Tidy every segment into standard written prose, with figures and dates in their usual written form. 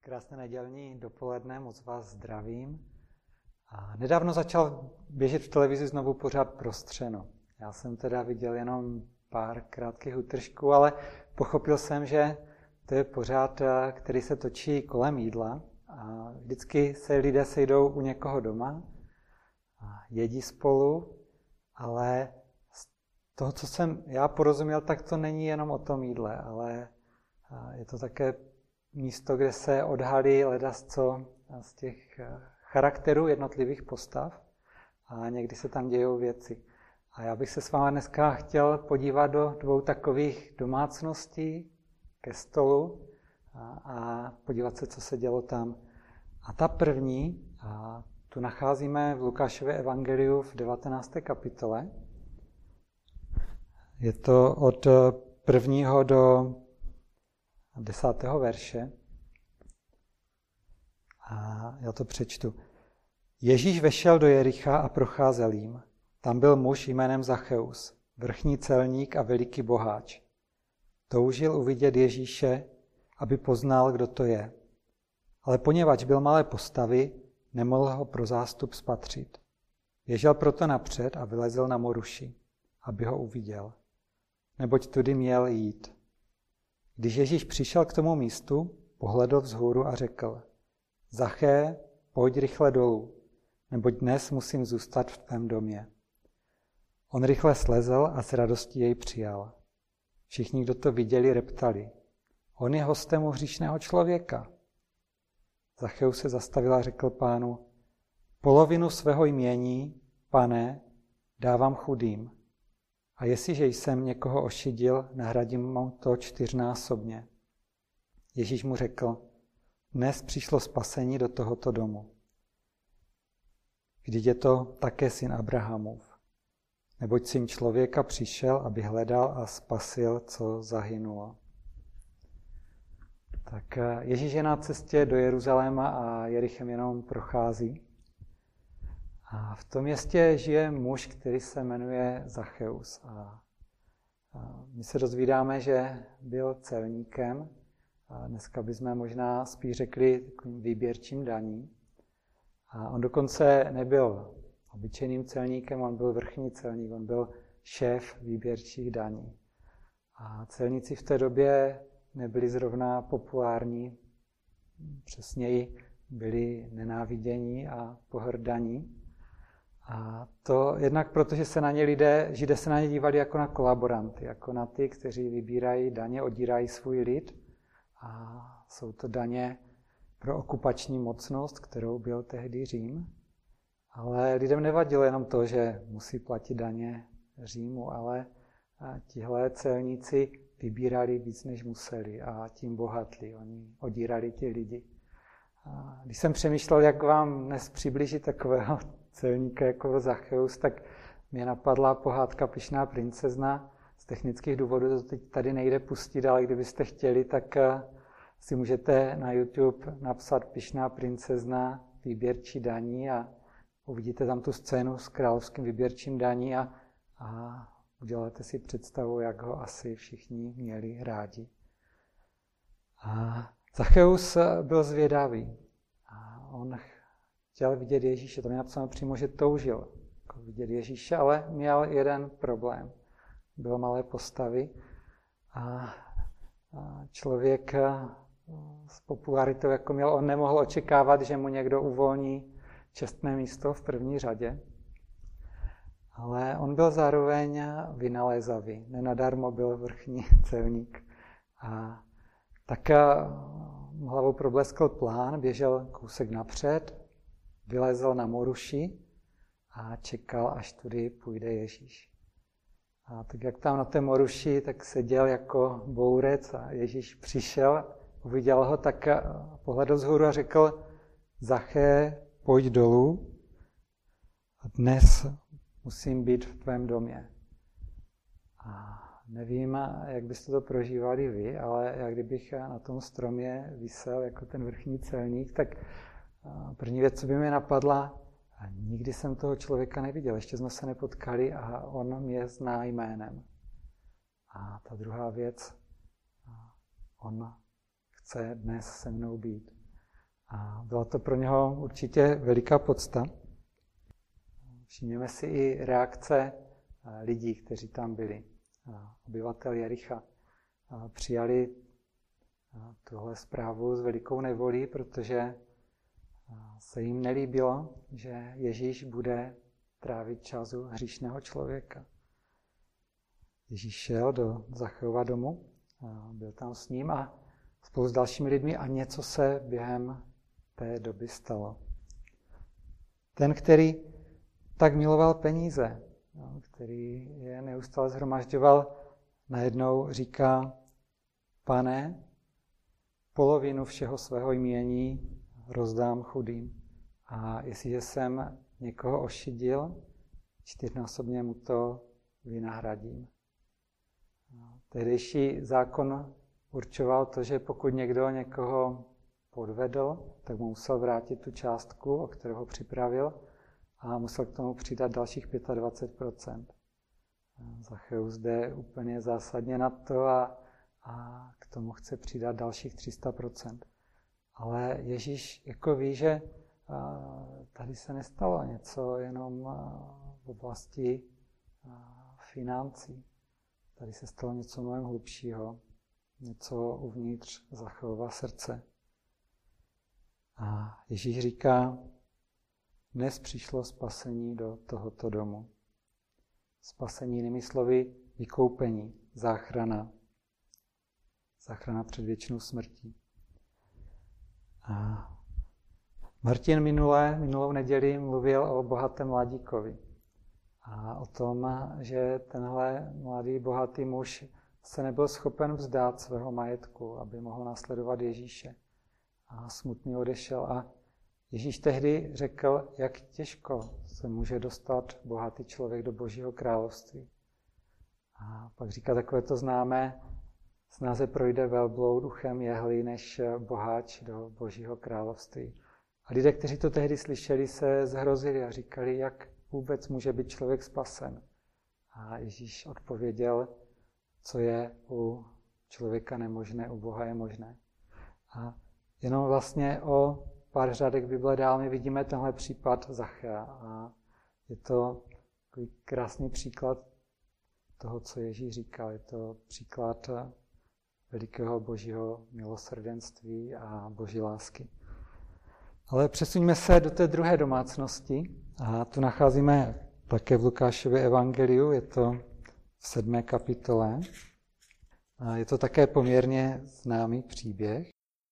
Krásné nedělní dopoledne, moc vás zdravím. A nedávno začal běžet v televizi znovu pořád Prostřeno. Já jsem teda viděl jenom pár krátkých útržků, ale pochopil jsem, že to je pořád, který se točí kolem jídla. A vždycky se lidé sejdou u někoho doma a jedí spolu, ale z toho, co jsem já porozuměl, tak to není jenom o tom jídle, ale je to také místo, kde se odhalí ledasco z těch charakterů jednotlivých postav a někdy se tam dějou věci. A já bych se s vámi dneska chtěl podívat do dvou takových domácností ke stolu a podívat se, co se dělo tam. A ta první, tu nacházíme v Lukášově evangeliu v 19. kapitole. Je to od 1. do 10. verše. A já to přečtu. Ježíš vešel do Jericha a procházel jím. Tam byl muž jménem Zacheus, vrchní celník a veliký boháč. Toužil uvidět Ježíše, aby poznal, kdo to je. Ale poněvadž byl malé postavy, nemohl ho pro zástup spatřit. Běžel proto napřed a vylezl na moruši, aby ho uviděl. Neboť tudy měl jít. Když Ježíš přišel k tomu místu, pohledl vzhůru a řekl: Zaché, pojď rychle dolů, neboť dnes musím zůstat v tvém domě. On rychle slezl a s radostí jej přijal. Všichni, kdo to viděli, reptali: On je hostem u hříšného člověka. Zacheus se zastavil a řekl Pánu: Polovinu svého jmění, Pane, dávám chudým. A jestliže jsem někoho ošidil, nahradím mu to 4násobně. Ježíš mu řekl: Dnes přišlo spasení do tohoto domu. Vždyť je to také syn Abrahamův. Neboť syn člověka přišel, aby hledal a spasil, co zahynulo. Tak Ježíš je na cestě do Jeruzaléma a Jerichem jenom prochází. A v tom městě žije muž, který se jmenuje Zacheus. A my se dozvídáme, že byl celníkem. A dneska bychom možná spíš řekli takovým výběrčím daní. A on dokonce nebyl obyčejným celníkem, on byl vrchní celník, on byl šéf výběrčích daní. A celníci v té době nebyli zrovna populární, přesněji byli nenávidění a pohrdaní. A to jednak proto, že se na ně Židé se na ně dívali jako na kolaboranty, jako na ty, kteří vybírají daně, odírají svůj lid. A jsou to daně pro okupační mocnost, kterou byl tehdy Řím. Ale lidem nevadilo jenom to, že musí platit daně Římu, ale tihle celníci vybírali víc, než museli a tím bohatli. Oni odírali ti lidi. A když jsem přemýšlel, jak vám dnes přiblížit takového celníka jako Zacheus, tak mě napadla pohádka Pyšná princezna. Z technických důvodů to teď tady nejde pustit, ale kdybyste chtěli, tak si můžete na YouTube napsat Pyšná princezna výběrčí daní a uvidíte tam tu scénu s královským výběrčím daní a uděláte si představu, jak ho asi všichni měli rádi. A Zacheus byl zvědavý a on chtěl vidět Ježíše. To je napsáno přímo, že toužil vidět Ježíše, ale měl jeden problém. Byl malé postavy a člověk s popularitou, jako měl, on nemohl očekávat, že mu někdo uvolní čestné místo v první řadě. Ale on byl zároveň vynalézavý. Nenadarmo byl vrchní celník. A tak hlavou probleskl plán, běžel kousek napřed, vylezl na moruši a čekal, až tudy půjde Ježíš. A tak jak tam na té moruši, tak seděl jako bourec a Ježíš přišel, uviděl ho, tak pohledl vzhůru a řekl: Zaché, pojď dolů, dnes musím být v tvém domě. A nevím, jak byste to prožívali vy, ale jak kdybych na tom stromě visel jako ten vrchní celník, tak první věc, co by mě napadla, nikdy jsem toho člověka neviděl, ještě jsme se nepotkali a on mě zná jménem. A ta druhá věc, on chce dnes se mnou být. A byla to pro něho určitě veliká podsta. Všimněme si i reakce lidí, kteří tam byli. Obyvatel Jericha přijali tuhle zprávu s velikou nevolí, protože se jim nelíbilo, že Ježíš bude trávit čas u hříšného člověka. Ježíš šel do Zacheova domu, byl tam s ním a spolu s dalšími lidmi a něco se během té doby stalo. Ten, který tak miloval peníze, který je neustále shromažďoval, najednou říká: Pane, polovinu všeho svého jmění rozdám chudým. A jestliže jsem někoho ošidil, 4násobně mu to vynahradím. Tehdejší zákon určoval to, že pokud někdo někoho podvedl, tak mu musel vrátit tu částku, o kterou ho připravil, a musel k tomu přidat dalších 25%. Zacheus jde úplně zásadně na to a k tomu chce přidat dalších 300%. Ale Ježíš jako ví, že tady se nestalo něco jenom v oblasti financí. Tady se stalo něco mnohem hlubšího, něco uvnitř Zacheova srdce. A Ježíš říká: dnes přišlo spasení do tohoto domu. Spasení, jinými slovy, vykoupení, záchrana. Záchrana před věčnou smrtí. A Martin minulou neděli mluvil o bohatém mladíkovi. A o tom, že tenhle mladý, bohatý muž se nebyl schopen vzdát svého majetku, aby mohl následovat Ježíše. A smutně odešel. A Ježíš tehdy řekl, jak těžko se může dostat bohatý člověk do Božího království. A pak říká takové to známé: snáze projde velbloud uchem jehly, než boháč do Božího království. A lidé, kteří to tehdy slyšeli, se zhrozili a říkali, jak vůbec může být člověk spasen. A Ježíš odpověděl, co je u člověka nemožné, u Boha je možné. A jenom vlastně o pár řádek Bible dál my vidíme tenhle případ Zachea. A je to takový krásný příklad toho, co Ježíš říkal. Je to příklad velikého Božího milosrdenství a Boží lásky. Ale přesuňme se do té druhé domácnosti. A tu nacházíme také v Lukášově evangeliu, je to v 7. kapitole. A je to také poměrně známý příběh.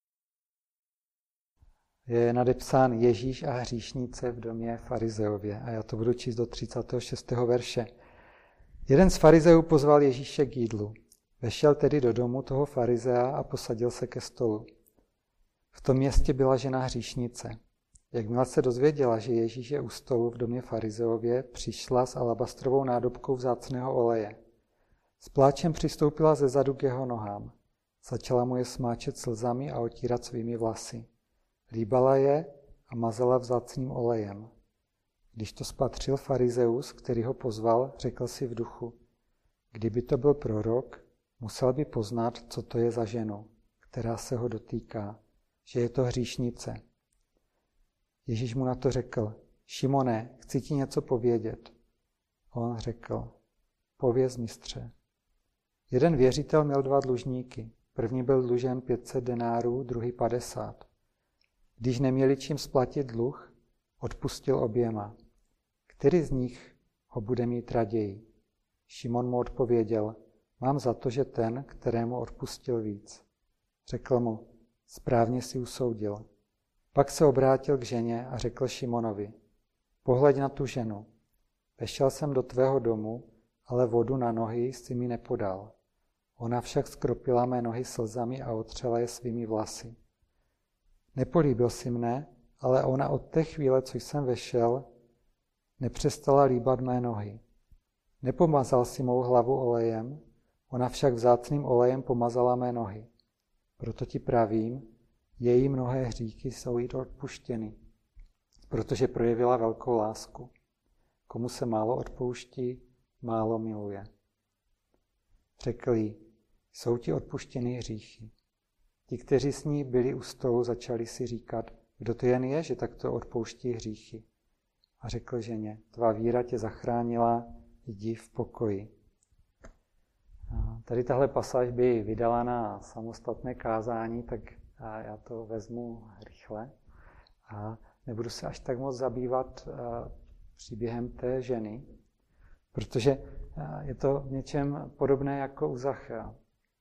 Je nadepsán Ježíš a hříšnice v domě farizeově. A já to budu číst do 36. verše. Jeden z farizeů pozval Ježíše k jídlu. Vešel tedy do domu toho farizea a posadil se ke stolu. V tom městě byla žena hříšnice. Jakmile se dozvěděla, že Ježíš je u stolu v domě farizeově, přišla s alabastrovou nádobkou vzácného oleje. S pláčem přistoupila ze zadu k jeho nohám. Začala mu je smáčet slzami a otírat svými vlasy. Líbala je a mazala vzácným olejem. Když to spatřil farizeus, který ho pozval, řekl si v duchu: kdyby to byl prorok, musel by poznat, co to je za ženu, která se ho dotýká, že je to hříšnice. Ježíš mu na to řekl: Šimone, chci ti něco povědět. On řekl: pověz, mistře. Jeden věřitel měl 2 dlužníky. První byl dlužen 500 denárů, druhý 50. Když neměli čím splatit dluh, odpustil oběma. Který z nich ho bude mít raději? Šimon mu odpověděl: mám za to, že ten, kterému odpustil víc. Řekl mu: správně si usoudil. Pak se obrátil k ženě a řekl Šimonovi: pohleď na tu ženu. Vešel jsem do tvého domu, ale vodu na nohy jsi mi nepodal. Ona však skropila mé nohy slzami a otřela je svými vlasy. Nepolíbil si mne, ale ona od té chvíle, co jsem vešel, nepřestala líbat mé nohy. Nepomazal si mou hlavu olejem, ona však vzácným olejem pomazala mé nohy. Proto ti pravím, její mnohé hříchy jsou jí odpuštěny, protože projevila velkou lásku. Komu se málo odpouští, málo miluje. Řekl jí: jsou ti odpuštěny hříchy. Ti, kteří s ní byli u stolu, začali si říkat: kdo to jen je, že takto odpouští hříchy. A řekl ženě, tvá víra tě zachránila, jdi v pokoji. A tady tahle pasáž by vydala na samostatné kázání, tak já to vezmu rychle. A nebudu se až tak moc zabývat příběhem té ženy, protože je to v něčem podobné jako u Zachea.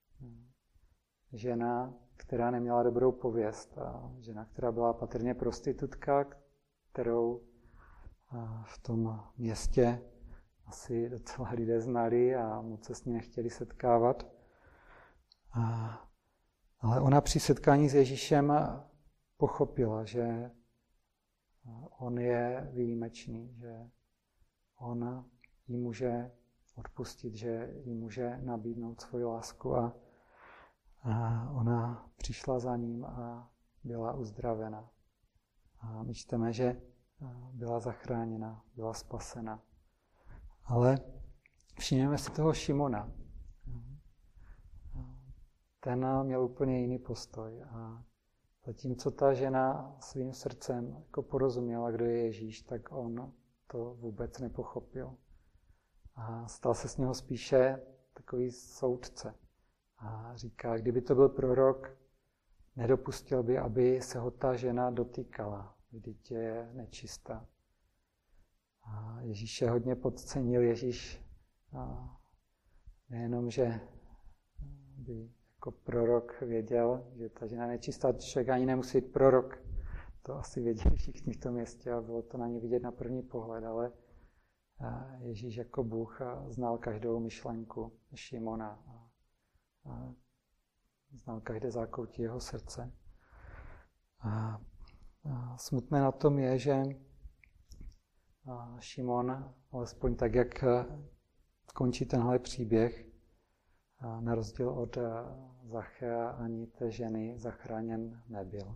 Žena, která neměla dobrou pověst, a žena, která byla patrně prostitutka, kterou v tom městě asi docela lidé znali a moc se s ní nechtěli setkávat. Ale ona při setkání s Ježíšem pochopila, že on je výjimečný, že on jí může odpustit, že jí může nabídnout svoji lásku a ona přišla za ním a byla uzdravena. A my čteme, že byla zachráněna, byla spasena. Ale všimněme si toho Šimona. Ten měl úplně jiný postoj. A zatímco ta žena svým srdcem jako porozuměla, kdo je Ježíš, tak on to vůbec nepochopil. A stal se z něho spíše takový soudce. A říká, kdyby to byl prorok, nedopustil by, aby se ho ta žena dotýkala. Vždyť je nečistá. A Ježíše hodně podcenil. Ježíš nejenom, že by jako prorok věděl, že ta žena je nečistá, člověk ani nemusí být prorok. To asi věděli všichni v tom městě a bylo to na ně vidět na první pohled, ale Ježíš jako Bůh znal každou myšlenku Šimona a znal každé zákoutí jeho srdce. A smutné na tom je, že Šimon, alespoň tak, jak končí tenhle příběh, na rozdíl od Zachea ani té ženy zachráněn nebyl.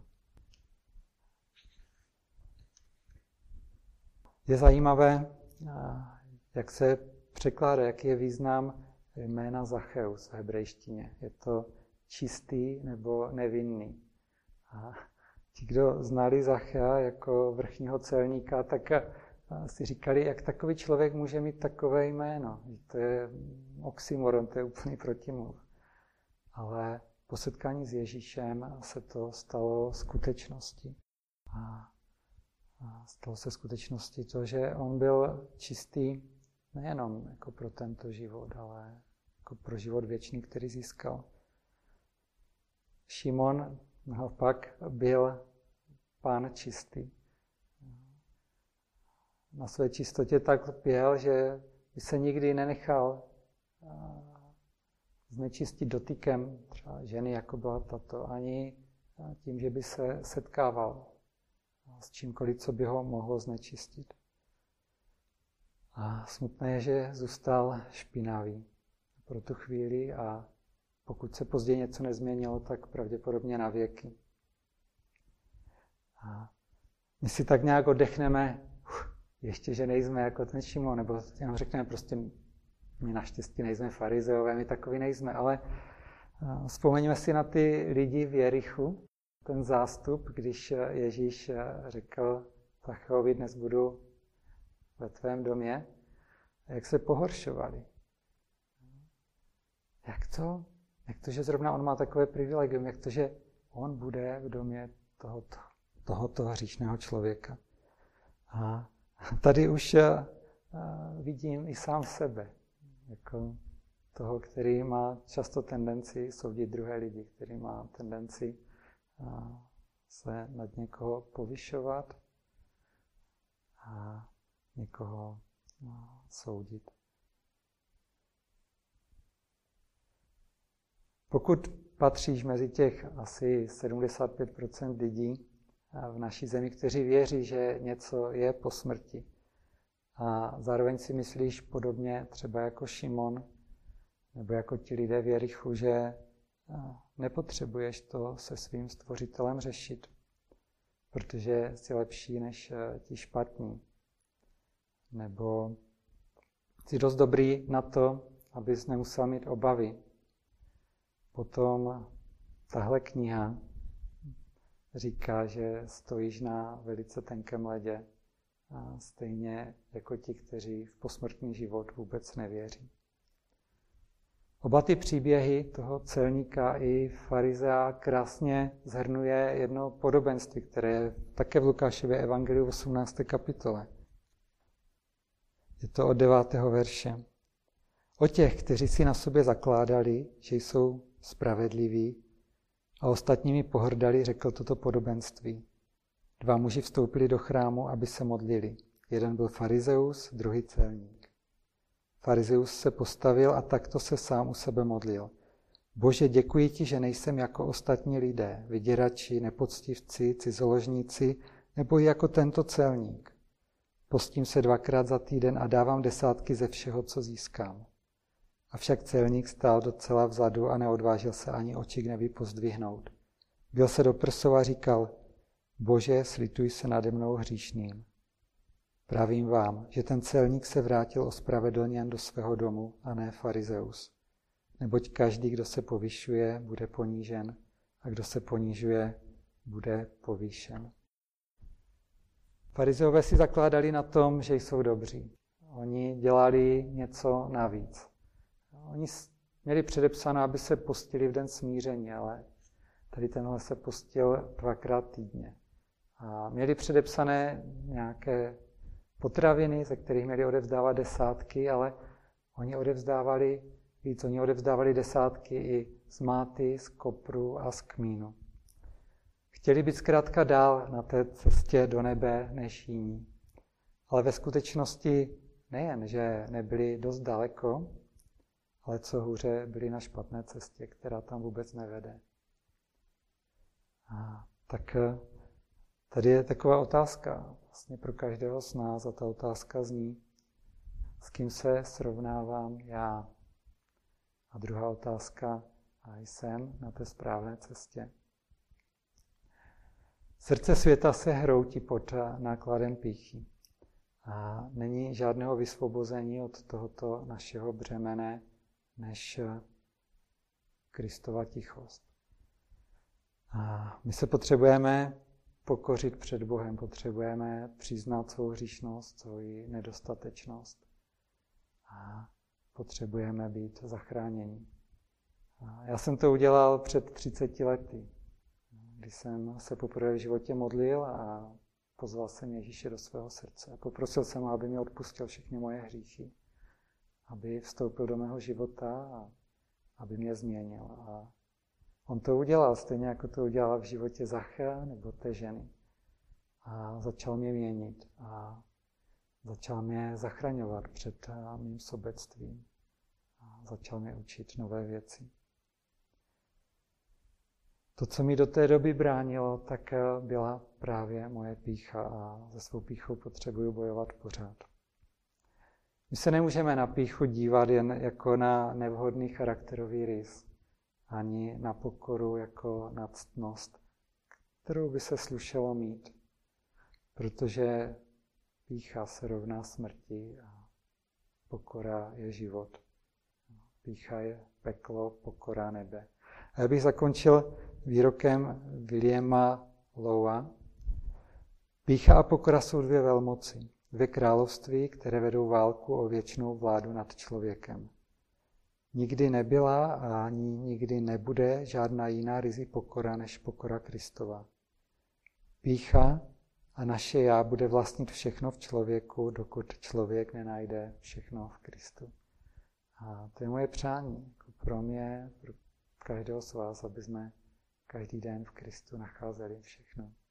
Je zajímavé, jak se překládá, jaký je význam jména Zacheus v hebrejštině. Je to čistý nebo nevinný. A ti, kdo znali Zachea jako vrchního celníka, tak si říkali, jak takový člověk může mít takové jméno. To je oxymoron, to je úplný protimluv. Ale po setkání s Ježíšem se to stalo skutečností. A stalo se skutečností to, že on byl čistý nejenom jako pro tento život, ale jako pro život věčný, který získal. Šimon naopak byl pán čistý. Na své čistotě tak lpěl, že by se nikdy nenechal znečistit dotykem třeba ženy, jako byla tato, ani tím, že by se setkával s čímkoliv, co by ho mohlo znečistit. A smutné je, že zůstal špinavý pro tu chvíli a pokud se později něco nezměnilo, tak pravděpodobně na věky. A my si tak nějak oddechneme, ještě, že nejsme jako ten Šimon, nebo jenom řekneme prostě, my naštěstí nejsme farizeové, my takový nejsme, ale vzpomeňme si na ty lidi v Jerichu, ten zástup, když Ježíš řekl Zacheovi, dnes budu ve tvém domě, jak se pohoršovali. Jak to, že zrovna on má takové privilegium, jak to, že on bude v domě tohoto hříšného člověka. A tady už vidím i sám sebe, jako toho, který má často tendenci soudit druhé lidi, který má tendenci se nad někoho povyšovat a někoho soudit. Pokud patříš mezi těch asi 75% lidí v naší zemi, kteří věří, že něco je po smrti, a zároveň si myslíš podobně třeba jako Šimon, nebo jako ti lidé v Jerichu, že nepotřebuješ to se svým stvořitelem řešit, protože jsi lepší než ti špatní. Nebo jsi dost dobrý na to, abys nemusel mít obavy. Potom tahle kniha říká, že stojíš na velice tenkém ledě, a stejně jako ti, kteří v posmrtný život vůbec nevěří. Oba ty příběhy toho celníka i farizea krásně shrnuje jedno podobenství, které je také v Lukášově evangeliu v 18. kapitole. Je to od 9. verše. O těch, kteří si na sobě zakládali, že jsou spravedliví a ostatními pohrdali, řekl toto podobenství. 2 muži vstoupili do chrámu, aby se modlili. Jeden byl farizeus, druhý celník. Farizeus se postavil a takto se sám u sebe modlil. Bože, děkuji ti, že nejsem jako ostatní lidé, vyděrači, nepoctivci, cizoložníci, nebo i jako tento celník. Postím se 2krát za týden a dávám 10 ze všeho, co získám. Avšak celník stál docela vzadu a neodvážil se ani oči k nebi pozdvihnout. Byl se do prsou a říkal, Bože, slituj se nade mnou hříšným. Pravím vám, že ten celník se vrátil ospravedlněn do svého domu a ne farizeus. Neboť každý, kdo se povyšuje, bude ponížen a kdo se ponižuje, bude povýšen. Farizeové si zakládali na tom, že jsou dobří. Oni dělali něco navíc. Oni měli předepsáno, aby se postili v den smíření, ale tady tenhle se postil 2krát týdně. A měli předepsané nějaké potraviny, ze kterých měli odevzdávat 10, ale oni odevzdávali víc. Oni odevzdávali 10 i z máty, z kopru a z kmínu. Chtěli být zkrátka dál na té cestě do nebe než jiní. Ale ve skutečnosti nejen, že nebyli dost daleko, ale co hůře, byli na špatné cestě, která tam vůbec nevede. A tak tady je taková otázka vlastně pro každého z nás a ta otázka zní, s kým se srovnávám já. A druhá otázka, a jsem na té správné cestě. Srdce světa se hroutí pod nákladem pýchy. A není žádného vysvobození od tohoto našeho břemene, než Kristova tichost. A my se potřebujeme pokořit před Bohem, potřebujeme přiznat svou hříšnost, svou nedostatečnost a potřebujeme být zachráněni. A já jsem to udělal před 30 lety, když jsem se poprvé v životě modlil a pozval jsem Ježíše do svého srdce. Poprosil jsem ho, aby mi odpustil všechny moje hříchy, aby vstoupil do mého života a aby mě změnil. A on to udělal, stejně jako to udělal v životě Zachéa nebo té ženy. A začal mě měnit a začal mě zachraňovat před mým sobectvím. A začal mě učit nové věci. To, co mi do té doby bránilo, tak byla právě moje pýcha a se svou pýchou potřebuju bojovat pořád. My se nemůžeme na pýchu dívat jen jako na nevhodný charakterový rys, ani na pokoru jako na ctnost, kterou by se slušelo mít, protože pýcha se rovná smrti a pokora je život. Pýcha je peklo, pokora nebe. A já bych zakončil výrokem Williama Lowa. Pýcha a pokora jsou 2 velmoci, 2 království, které vedou válku o věčnou vládu nad člověkem. Nikdy nebyla a ani nikdy nebude žádná jiná ryzí pokora než pokora Kristova. Pýcha a naše já bude vlastnit všechno v člověku, dokud člověk nenajde všechno v Kristu. A to je moje přání pro mě, pro každého z vás, aby jsme každý den v Kristu nacházeli všechno.